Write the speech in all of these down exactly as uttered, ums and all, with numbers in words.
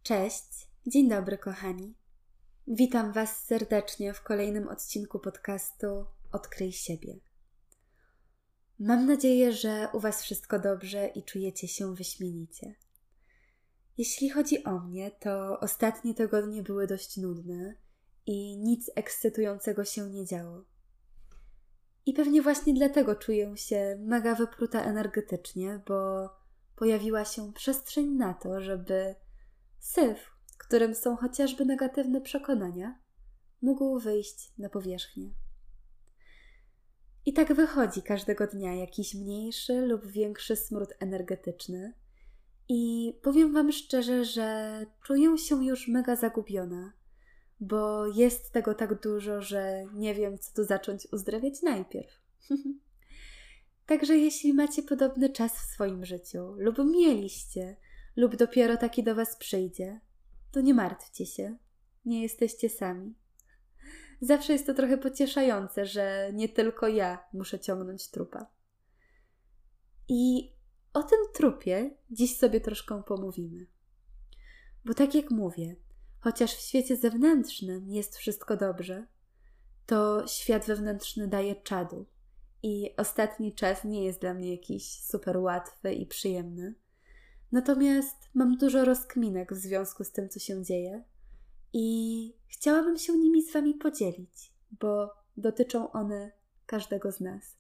Cześć, dzień dobry kochani. Witam Was serdecznie w kolejnym odcinku podcastu Odkryj siebie. Mam nadzieję, że u Was wszystko dobrze i czujecie się wyśmienicie. Jeśli chodzi o mnie, to ostatnie tygodnie były dość nudne i nic ekscytującego się nie działo. I pewnie właśnie dlatego czuję się mega wypruta energetycznie, bo pojawiła się przestrzeń na to, żeby syf, którym są chociażby negatywne przekonania, mógł wyjść na powierzchnię. I tak wychodzi każdego dnia jakiś mniejszy lub większy smród energetyczny i powiem Wam szczerze, że czuję się już mega zagubiona, bo jest tego tak dużo, że nie wiem, co tu zacząć uzdrawiać najpierw. Także jeśli macie podobny czas w swoim życiu lub mieliście, lub dopiero taki do Was przyjdzie, to nie martwcie się, nie jesteście sami. Zawsze jest to trochę pocieszające, że nie tylko ja muszę ciągnąć trupa. I o tym trupie dziś sobie troszkę pomówimy. Bo tak jak mówię, chociaż w świecie zewnętrznym jest wszystko dobrze, to świat wewnętrzny daje czadu. I ostatni czas nie jest dla mnie jakiś super łatwy i przyjemny. Natomiast mam dużo rozkminek w związku z tym, co się dzieje i chciałabym się nimi z Wami podzielić, bo dotyczą one każdego z nas.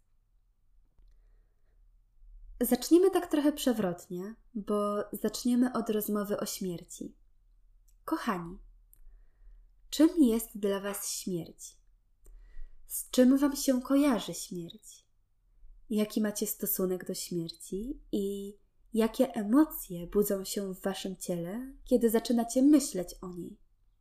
Zacznijmy tak trochę przewrotnie, bo zaczniemy od rozmowy o śmierci. Kochani, czym jest dla Was śmierć? Z czym Wam się kojarzy śmierć? Jaki macie stosunek do śmierci i jakie emocje budzą się w Waszym ciele, kiedy zaczynacie myśleć o niej?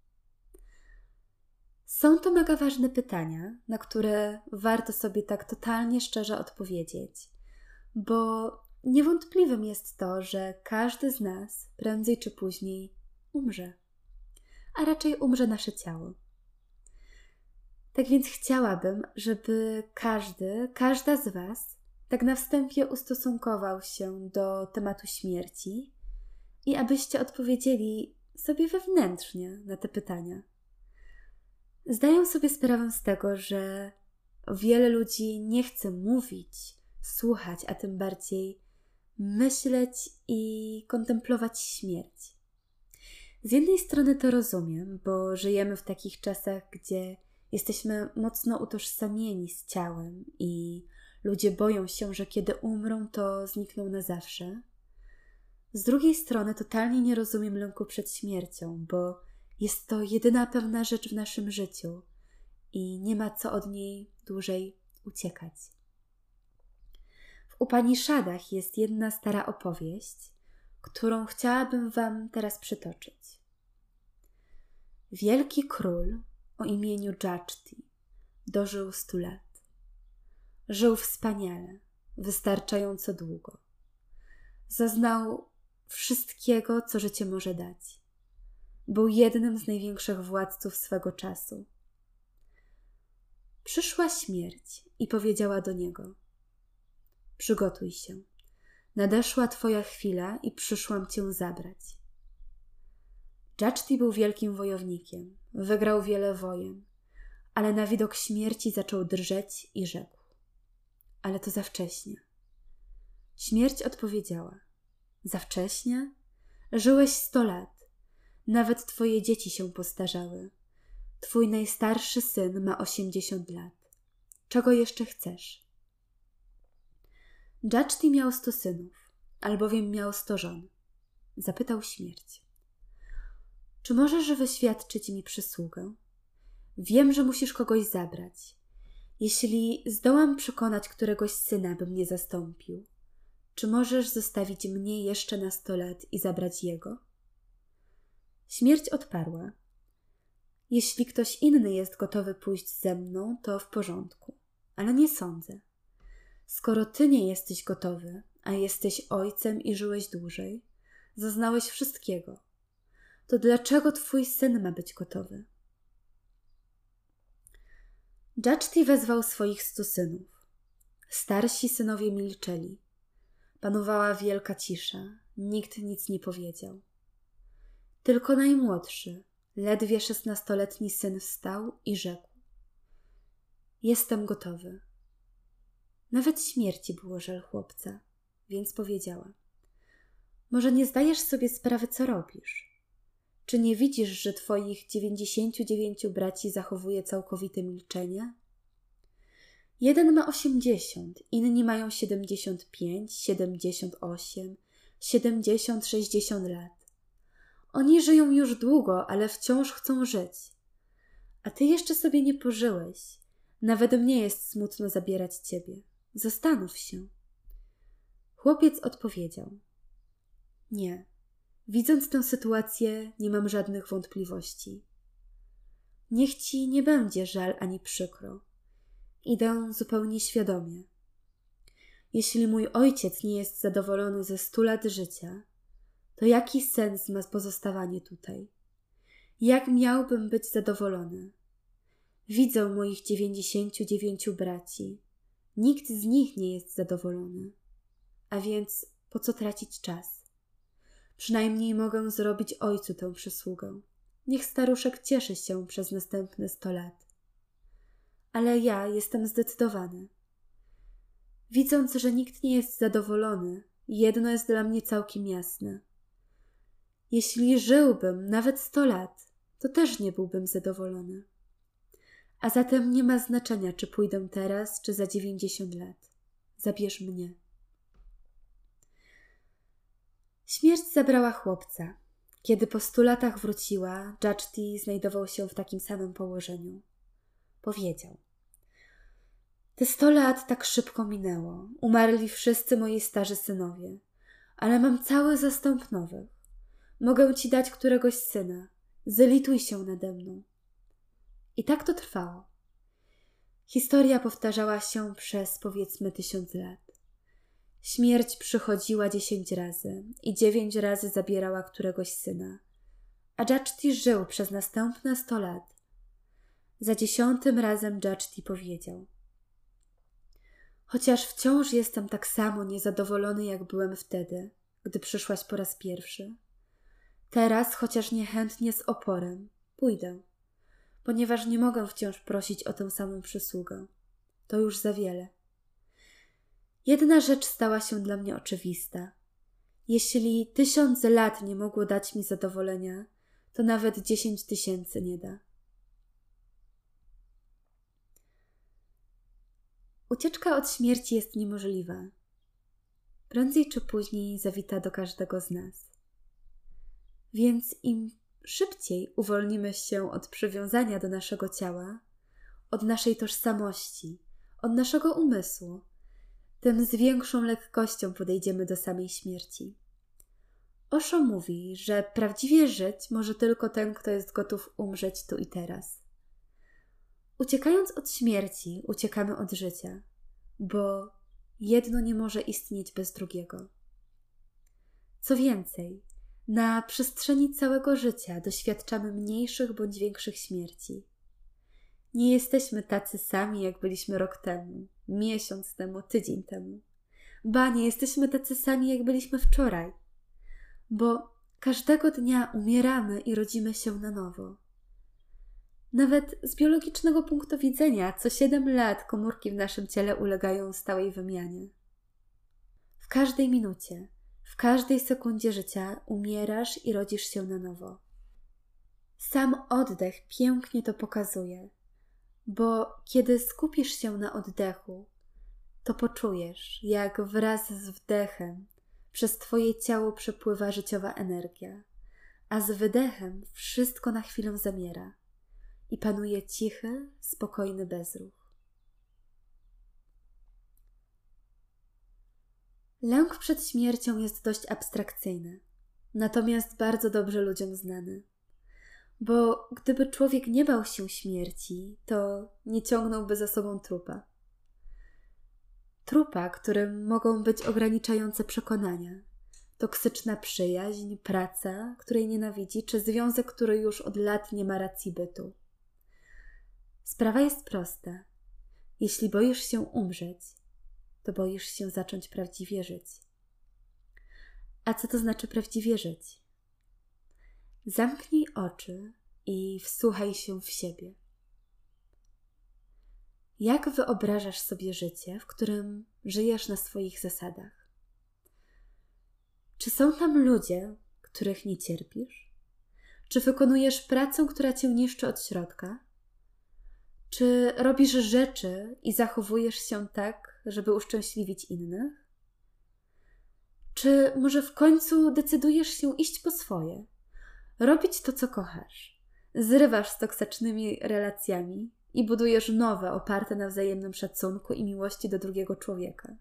Są to mega ważne pytania, na które warto sobie tak totalnie szczerze odpowiedzieć, bo niewątpliwym jest to, że każdy z nas prędzej czy później umrze, a raczej umrze nasze ciało. Tak więc chciałabym, żeby każdy, każda z Was tak na wstępie ustosunkował się do tematu śmierci i abyście odpowiedzieli sobie wewnętrznie na te pytania. Zdaję sobie sprawę z tego, że wiele ludzi nie chce mówić, słuchać, a tym bardziej myśleć i kontemplować śmierć. Z jednej strony to rozumiem, bo żyjemy w takich czasach, gdzie jesteśmy mocno utożsamieni z ciałem i ludzie boją się, że kiedy umrą, to znikną na zawsze. Z drugiej strony totalnie nie rozumiem lęku przed śmiercią, bo jest to jedyna pewna rzecz w naszym życiu i nie ma co od niej dłużej uciekać. W Upaniszadach jest jedna stara opowieść, którą chciałabym Wam teraz przytoczyć. Wielki król o imieniu Jachti dożył stu lat. Żył wspaniale, wystarczająco długo. Zaznał wszystkiego, co życie może dać. Był jednym z największych władców swego czasu. Przyszła śmierć i powiedziała do niego: przygotuj się, nadeszła Twoja chwila i przyszłam Cię zabrać. Jachti był wielkim wojownikiem, wygrał wiele wojen, ale na widok śmierci zaczął drżeć i rzekł: ale to za wcześnie. Śmierć odpowiedziała: za wcześnie? Żyłeś sto lat. Nawet twoje dzieci się postarzały. Twój najstarszy syn ma osiemdziesiąt lat. Czego jeszcze chcesz? Jachti miał stu synów, albowiem miał sto żon. Zapytał śmierć: czy możesz wyświadczyć mi przysługę? Wiem, że musisz kogoś zabrać. Jeśli zdołam przekonać któregoś syna, by mnie zastąpił, czy możesz zostawić mnie jeszcze na sto lat i zabrać jego? Śmierć odparła: jeśli ktoś inny jest gotowy pójść ze mną, to w porządku, ale nie sądzę. Skoro ty nie jesteś gotowy, a jesteś ojcem i żyłeś dłużej, zaznałeś wszystkiego, to dlaczego twój syn ma być gotowy? Jachti wezwał swoich stu synów. Starsi synowie milczeli. Panowała wielka cisza, nikt nic nie powiedział. Tylko najmłodszy, ledwie szesnastoletni syn wstał i rzekł: jestem gotowy. Nawet śmierci było żal chłopca, więc powiedziała: może nie zdajesz sobie sprawy, co robisz? Czy nie widzisz, że twoich dziewięćdziesięciu dziewięciu braci zachowuje całkowite milczenie? Jeden ma osiemdziesiąt, inni mają siedemdziesiąt pięć, siedemdziesiąt osiem, siedemdziesiąt, sześćdziesiąt lat. Oni żyją już długo, ale wciąż chcą żyć. A ty jeszcze sobie nie pożyłeś. Nawet mnie jest smutno zabierać ciebie. Zastanów się. Chłopiec odpowiedział: nie. Widząc tę sytuację, nie mam żadnych wątpliwości. Niech ci nie będzie żal ani przykro. Idę zupełnie świadomie. Jeśli mój ojciec nie jest zadowolony ze stu lat życia, to jaki sens ma pozostawanie tutaj? Jak miałbym być zadowolony? Widzę moich dziewięćdziesięciu dziewięciu braci. Nikt z nich nie jest zadowolony. A więc po co tracić czas? Przynajmniej mogę zrobić ojcu tę przysługę. Niech staruszek cieszy się przez następne sto lat. Ale ja jestem zdecydowany. Widząc, że nikt nie jest zadowolony, jedno jest dla mnie całkiem jasne. Jeśli żyłbym nawet sto lat, to też nie byłbym zadowolony. A zatem nie ma znaczenia, czy pójdę teraz, czy za dziewięćdziesiąt lat. Zabierz mnie. Śmierć zabrała chłopca. Kiedy po stu latach wróciła, Judge znajdował się w takim samym położeniu. Powiedział: te sto lat tak szybko minęło. Umarli wszyscy moi starzy synowie, ale mam cały zastęp nowych. Mogę ci dać któregoś syna. Zlituj się nade mną. I tak to trwało. Historia powtarzała się przez, powiedzmy, tysiąc lat. Śmierć przychodziła dziesięć razy i dziewięć razy zabierała któregoś syna, a Judge żył przez następne sto lat. Za dziesiątym razem Judge powiedział: chociaż wciąż jestem tak samo niezadowolony, jak byłem wtedy, gdy przyszłaś po raz pierwszy, teraz, chociaż niechętnie z oporem, pójdę, ponieważ nie mogę wciąż prosić o tę samą przysługę. To już za wiele. Jedna rzecz stała się dla mnie oczywista. Jeśli tysiąc lat nie mogło dać mi zadowolenia, to nawet dziesięć tysięcy nie da. Ucieczka od śmierci jest niemożliwa. Prędzej czy później zawita do każdego z nas. Więc im szybciej uwolnimy się od przywiązania do naszego ciała, od naszej tożsamości, od naszego umysłu, tym z większą lekkością podejdziemy do samej śmierci. Osho mówi, że prawdziwie żyć może tylko ten, kto jest gotów umrzeć tu i teraz. Uciekając od śmierci, uciekamy od życia, bo jedno nie może istnieć bez drugiego. Co więcej, na przestrzeni całego życia doświadczamy mniejszych bądź większych śmierci. Nie jesteśmy tacy sami, jak byliśmy rok temu, miesiąc temu, tydzień temu. Ba, nie jesteśmy tacy sami, jak byliśmy wczoraj, bo każdego dnia umieramy i rodzimy się na nowo. Nawet z biologicznego punktu widzenia co siedem lat komórki w naszym ciele ulegają stałej wymianie. W każdej minucie, w każdej sekundzie życia umierasz i rodzisz się na nowo. Sam oddech pięknie to pokazuje, bo kiedy skupisz się na oddechu, to poczujesz, jak wraz z wdechem przez twoje ciało przepływa życiowa energia, a z wydechem wszystko na chwilę zamiera i panuje cichy, spokojny bezruch. Lęk przed śmiercią jest dość abstrakcyjny, natomiast bardzo dobrze ludziom znany. Bo gdyby człowiek nie bał się śmierci, to nie ciągnąłby za sobą trupa. Trupa, którym mogą być ograniczające przekonania, toksyczna przyjaźń, praca, której nienawidzi, czy związek, który już od lat nie ma racji bytu. Sprawa jest prosta. Jeśli boisz się umrzeć, to boisz się zacząć prawdziwie żyć. A co to znaczy prawdziwie żyć? Zamknij oczy i wsłuchaj się w siebie. Jak wyobrażasz sobie życie, w którym żyjesz na swoich zasadach? Czy są tam ludzie, których nie cierpisz? Czy wykonujesz pracę, która cię niszczy od środka? Czy robisz rzeczy i zachowujesz się tak, żeby uszczęśliwić innych? Czy może w końcu decydujesz się iść po swoje? Robić to, co kochasz? Zrywasz z toksycznymi relacjami i budujesz nowe, oparte na wzajemnym szacunku i miłości do drugiego człowieka.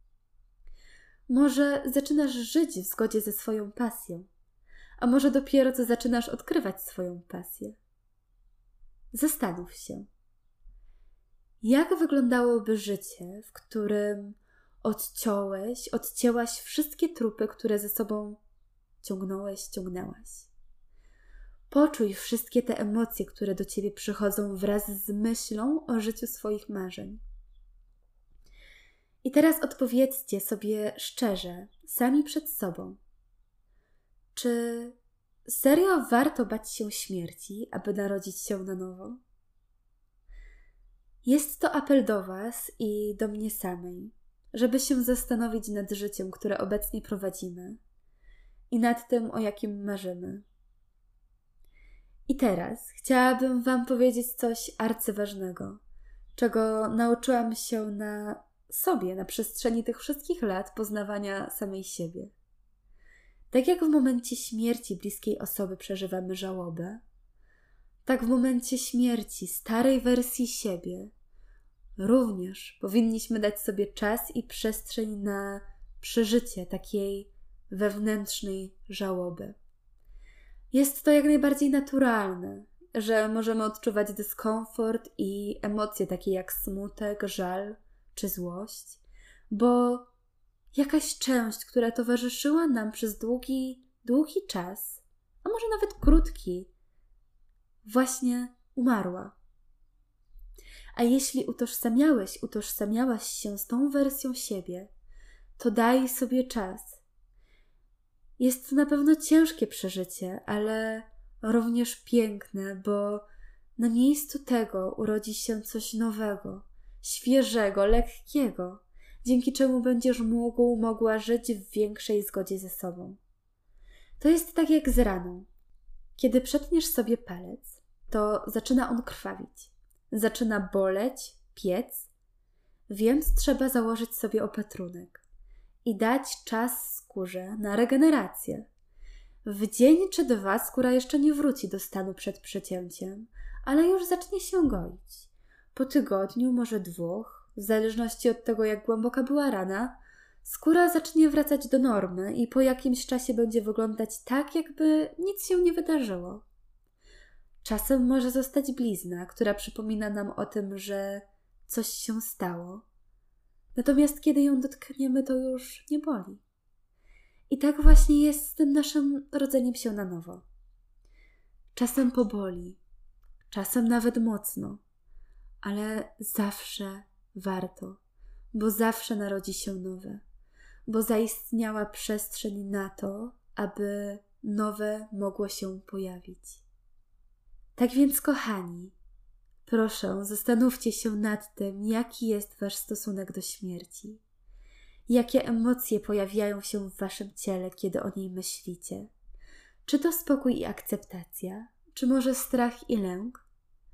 Może zaczynasz żyć w zgodzie ze swoją pasją, a może dopiero co zaczynasz odkrywać swoją pasję. Zastanów się, jak wyglądałoby życie, w którym odciąłeś, odcięłaś wszystkie trupy, które ze sobą ciągnąłeś, ciągnęłaś. Poczuj wszystkie te emocje, które do ciebie przychodzą wraz z myślą o życiu swoich marzeń. I teraz odpowiedzcie sobie szczerze, sami przed sobą. Czy serio warto bać się śmierci, aby narodzić się na nowo? Jest to apel do was i do mnie samej, żeby się zastanowić nad życiem, które obecnie prowadzimy i nad tym, o jakim marzymy. I teraz chciałabym wam powiedzieć coś arcyważnego, czego nauczyłam się na sobie na przestrzeni tych wszystkich lat poznawania samej siebie. Tak jak w momencie śmierci bliskiej osoby przeżywamy żałobę, tak w momencie śmierci starej wersji siebie również powinniśmy dać sobie czas i przestrzeń na przeżycie takiej wewnętrznej żałoby. Jest to jak najbardziej naturalne, że możemy odczuwać dyskomfort i emocje takie jak smutek, żal czy złość, bo jakaś część, która towarzyszyła nam przez długi, długi czas, a może nawet krótki, właśnie umarła. A jeśli utożsamiałeś, utożsamiałaś się z tą wersją siebie, to daj sobie czas. Jest to na pewno ciężkie przeżycie, ale również piękne, bo na miejscu tego urodzi się coś nowego, świeżego, lekkiego, dzięki czemu będziesz mógł, mogła żyć w większej zgodzie ze sobą. To jest tak jak z raną. Kiedy przetniesz sobie palec, to zaczyna on krwawić, zaczyna boleć, piec, więc trzeba założyć sobie opatrunek i dać czas skórze na regenerację. W dzień czy dwa skóra jeszcze nie wróci do stanu przed przecięciem, ale już zacznie się goić. Po tygodniu, może dwóch, w zależności od tego, jak głęboka była rana, skóra zacznie wracać do normy i po jakimś czasie będzie wyglądać tak, jakby nic się nie wydarzyło. Czasem może zostać blizna, która przypomina nam o tym, że coś się stało. Natomiast kiedy ją dotkniemy, to już nie boli. I tak właśnie jest z tym naszym rodzeniem się na nowo. Czasem poboli, czasem nawet mocno, ale zawsze warto, bo zawsze narodzi się nowe, bo zaistniała przestrzeń na to, aby nowe mogło się pojawić. Tak więc, kochani, proszę, zastanówcie się nad tym, jaki jest wasz stosunek do śmierci. Jakie emocje pojawiają się w waszym ciele, kiedy o niej myślicie? Czy to spokój i akceptacja? Czy może strach i lęk?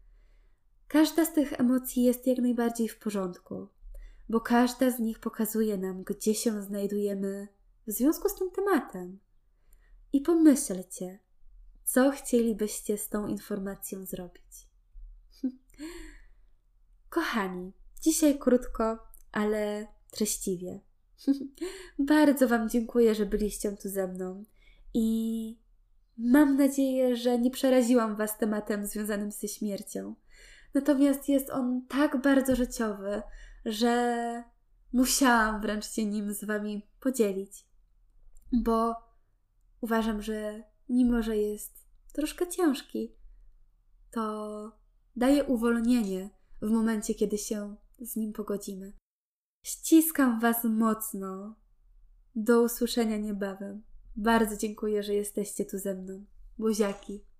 Każda z tych emocji jest jak najbardziej w porządku, bo każda z nich pokazuje nam, gdzie się znajdujemy w związku z tym tematem. I pomyślcie, co chcielibyście z tą informacją zrobić. Kochani, dzisiaj krótko, ale treściwie. Bardzo wam dziękuję, że byliście tu ze mną i mam nadzieję, że nie przeraziłam was tematem związanym ze śmiercią. Natomiast jest on tak bardzo życiowy, że musiałam wręcz się nim z wami podzielić, bo uważam, że mimo, że jest troszkę ciężki, to daje uwolnienie w momencie, kiedy się z nim pogodzimy. Ściskam was mocno. Do usłyszenia niebawem. Bardzo dziękuję, że jesteście tu ze mną. Buziaki.